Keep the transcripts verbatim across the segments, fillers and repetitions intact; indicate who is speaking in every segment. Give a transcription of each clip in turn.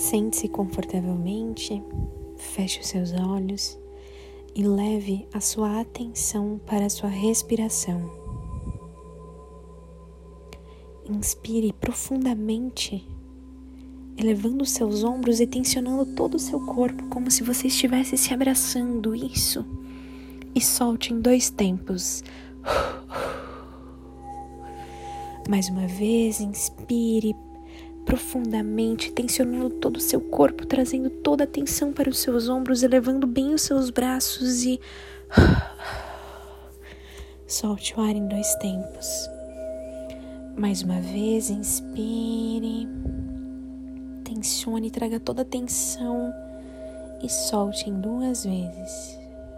Speaker 1: Sente-se confortavelmente, feche os seus olhos e leve a sua atenção para a sua respiração. Inspire profundamente, elevando os seus ombros e tensionando todo o seu corpo, como se você estivesse se abraçando. Isso. E solte em dois tempos. Mais uma vez, inspire profundamente, tensionando todo o seu corpo, trazendo toda a atenção para os seus ombros, elevando bem os seus braços e solte o ar em dois tempos. Mais uma vez, inspire, tensione, traga toda a atenção e solte em duas vezes.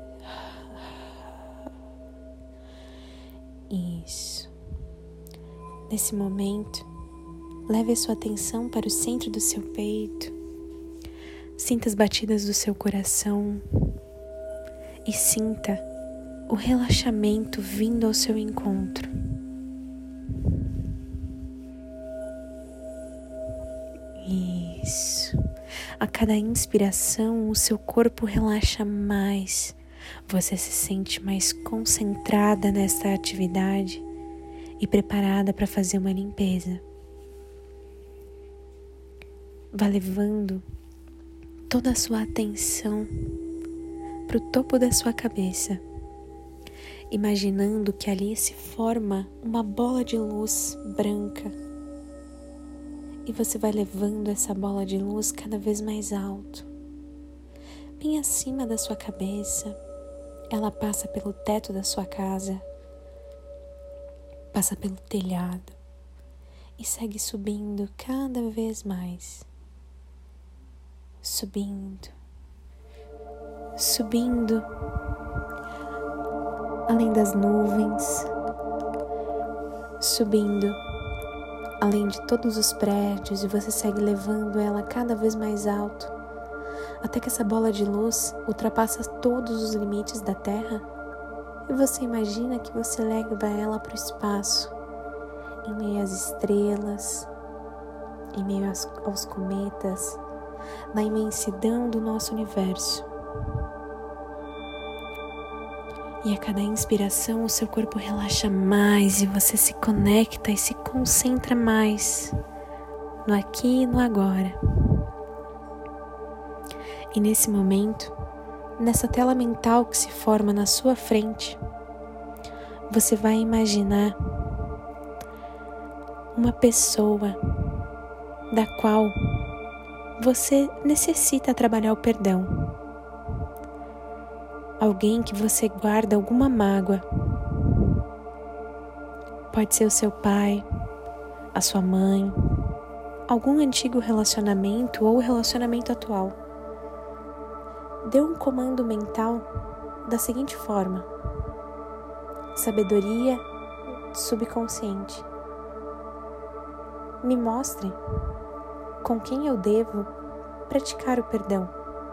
Speaker 1: Isso. Nesse momento, leve a sua atenção para o centro do seu peito, sinta as batidas do seu coração e sinta o relaxamento vindo ao seu encontro. Isso. A cada inspiração, o seu corpo relaxa mais, você se sente mais concentrada nessa atividade e preparada para fazer uma limpeza. Vá levando toda a sua atenção para o topo da sua cabeça, imaginando que ali se forma uma bola de luz branca. E você vai levando essa bola de luz cada vez mais alto, bem acima da sua cabeça. Ela passa pelo teto da sua casa, passa pelo telhado e segue subindo cada vez mais. Subindo, subindo, além das nuvens, subindo, além de todos os prédios, e você segue levando ela cada vez mais alto, até que essa bola de luz ultrapassa todos os limites da Terra, e você imagina que você leva ela para o espaço, em meio às estrelas, em meio aos, aos cometas, na imensidão do nosso universo. E a cada inspiração o seu corpo relaxa mais e você se conecta e se concentra mais no aqui e no agora. E nesse momento, nessa tela mental que se forma na sua frente, você vai imaginar uma pessoa da qual você necessita trabalhar o perdão. Alguém que você guarda alguma mágoa. Pode ser o seu pai, a sua mãe, algum antigo relacionamento ou relacionamento atual. Dê um comando mental da seguinte forma: sabedoria subconsciente. Me mostre com quem eu devo praticar o perdão.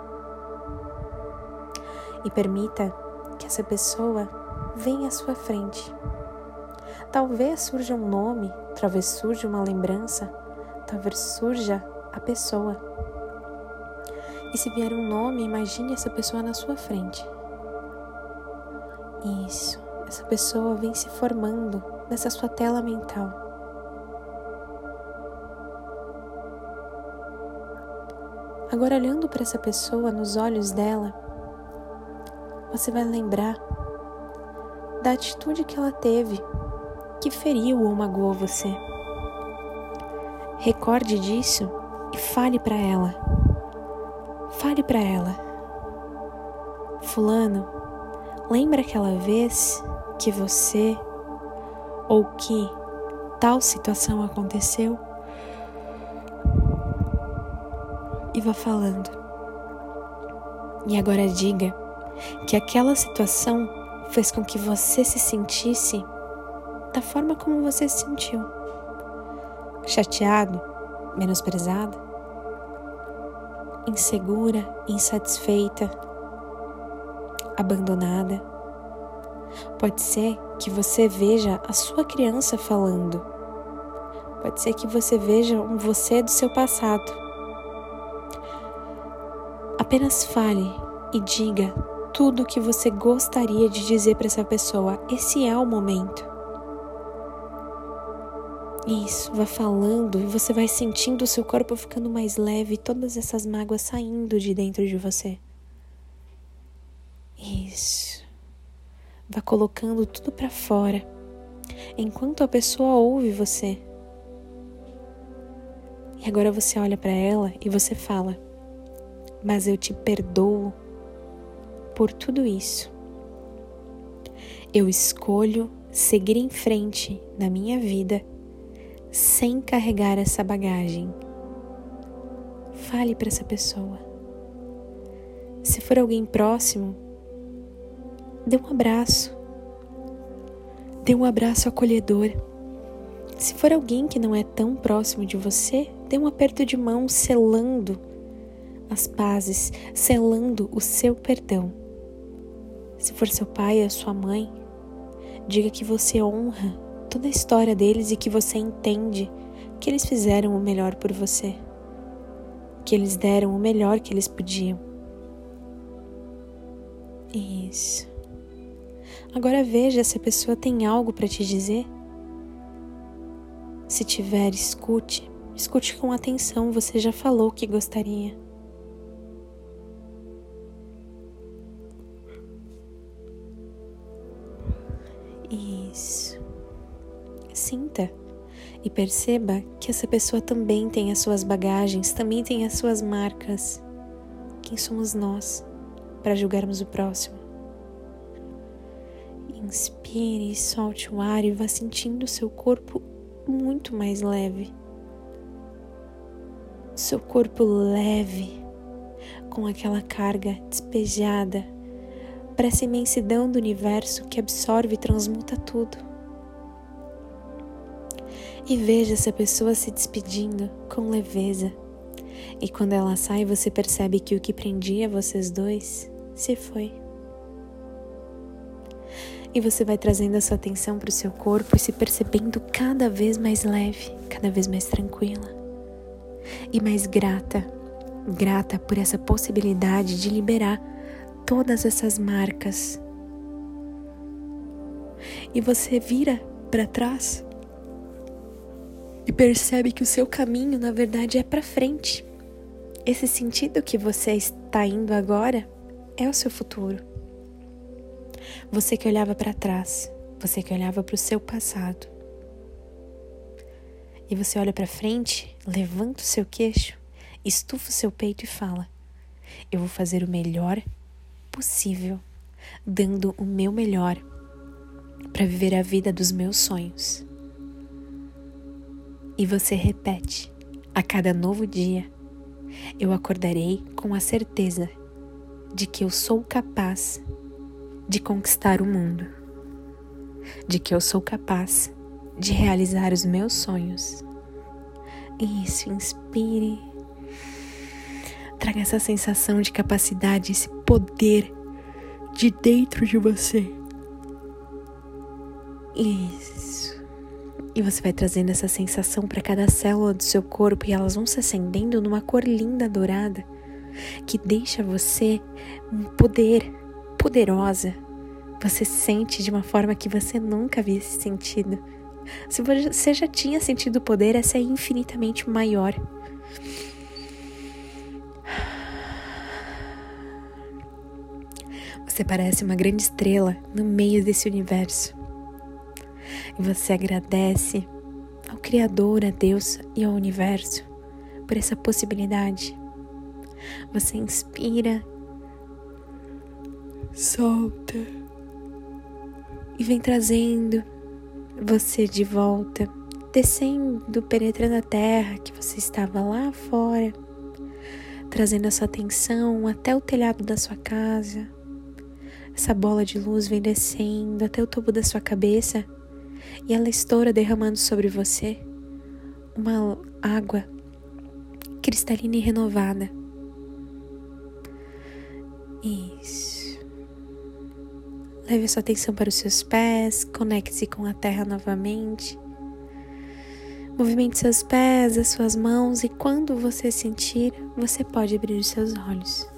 Speaker 1: E permita que essa pessoa venha à sua frente. Talvez surja um nome, talvez surja uma lembrança, talvez surja a pessoa. E se vier um nome, imagine essa pessoa na sua frente. Isso, essa pessoa vem se formando nessa sua tela mental. Agora, olhando para essa pessoa nos olhos dela, você vai lembrar da atitude que ela teve, que feriu ou magoou você. Recorde disso e fale para ela. Fale para ela: fulano, lembra aquela vez que você ou que tal situação aconteceu? E vá falando. E agora diga que aquela situação fez com que você se sentisse da forma como você se sentiu. Chateado, menosprezado, insegura, insatisfeita, abandonada. Pode ser que você veja a sua criança falando. Pode ser que você veja um você do seu passado. Apenas fale e diga tudo o que você gostaria de dizer para essa pessoa. Esse é o momento. Isso, vá falando e você vai sentindo o seu corpo ficando mais leve, todas essas mágoas saindo de dentro de você. Isso. Vá colocando tudo para fora, enquanto a pessoa ouve você. E agora você olha para ela e você fala: mas eu te perdoo por tudo isso. Eu escolho seguir em frente na minha vida sem carregar essa bagagem. Fale para essa pessoa. Se for alguém próximo, dê um abraço. Dê um abraço acolhedor. Se for alguém que não é tão próximo de você, dê um aperto de mão selando as pazes, selando o seu perdão. Se for seu pai ou sua mãe, diga que você honra toda a história deles e que você entende que eles fizeram o melhor por você, que eles deram o melhor que eles podiam. Isso. Agora veja se a pessoa tem algo para te dizer. Se tiver, escute. Escute com atenção, você já falou o que gostaria. Isso. Sinta e perceba que essa pessoa também tem as suas bagagens, também tem as suas marcas. Quem somos nós para julgarmos o próximo? Inspire e solte o ar e vá sentindo o seu corpo muito mais leve. Seu corpo leve, com aquela carga despejada para essa imensidão do universo que absorve e transmuta tudo. E veja essa pessoa se despedindo com leveza. E quando ela sai, você percebe que o que prendia vocês dois se foi. E você vai trazendo a sua atenção para o seu corpo e se percebendo cada vez mais leve, cada vez mais tranquila. E mais grata, grata por essa possibilidade de liberar todas essas marcas. E você vira para trás e percebe que o seu caminho, na verdade, é para frente. Esse sentido que você está indo agora é o seu futuro. Você que olhava para trás, você que olhava para o seu passado. E você olha para frente, levanta o seu queixo, estufa o seu peito e fala: eu vou fazer o melhor possível, dando o meu melhor para viver a vida dos meus sonhos. E você repete: a cada novo dia, eu acordarei com a certeza de que eu sou capaz de conquistar o mundo, de que eu sou capaz de realizar os meus sonhos. Isso, inspire. Traga essa sensação de capacidade, esse poder de dentro de você. Isso. E você vai trazendo essa sensação para cada célula do seu corpo e elas vão se acendendo numa cor linda dourada que deixa você um poder, poderosa. Você sente de uma forma que você nunca havia se sentido. Se você já tinha sentido o poder, essa é infinitamente maior. Você parece uma grande estrela no meio desse universo. E você agradece ao Criador, a Deus e ao universo por essa possibilidade. Você inspira, solta e vem trazendo você de volta, descendo, penetrando a terra que você estava lá fora, trazendo a sua atenção até o telhado da sua casa. Essa bola de luz vem descendo até o topo da sua cabeça e ela estoura derramando sobre você uma água cristalina e renovada. Isso. Leve a sua atenção para os seus pés, conecte-se com a terra novamente. Movimente seus pés, as suas mãos e quando você sentir, você pode abrir os seus olhos.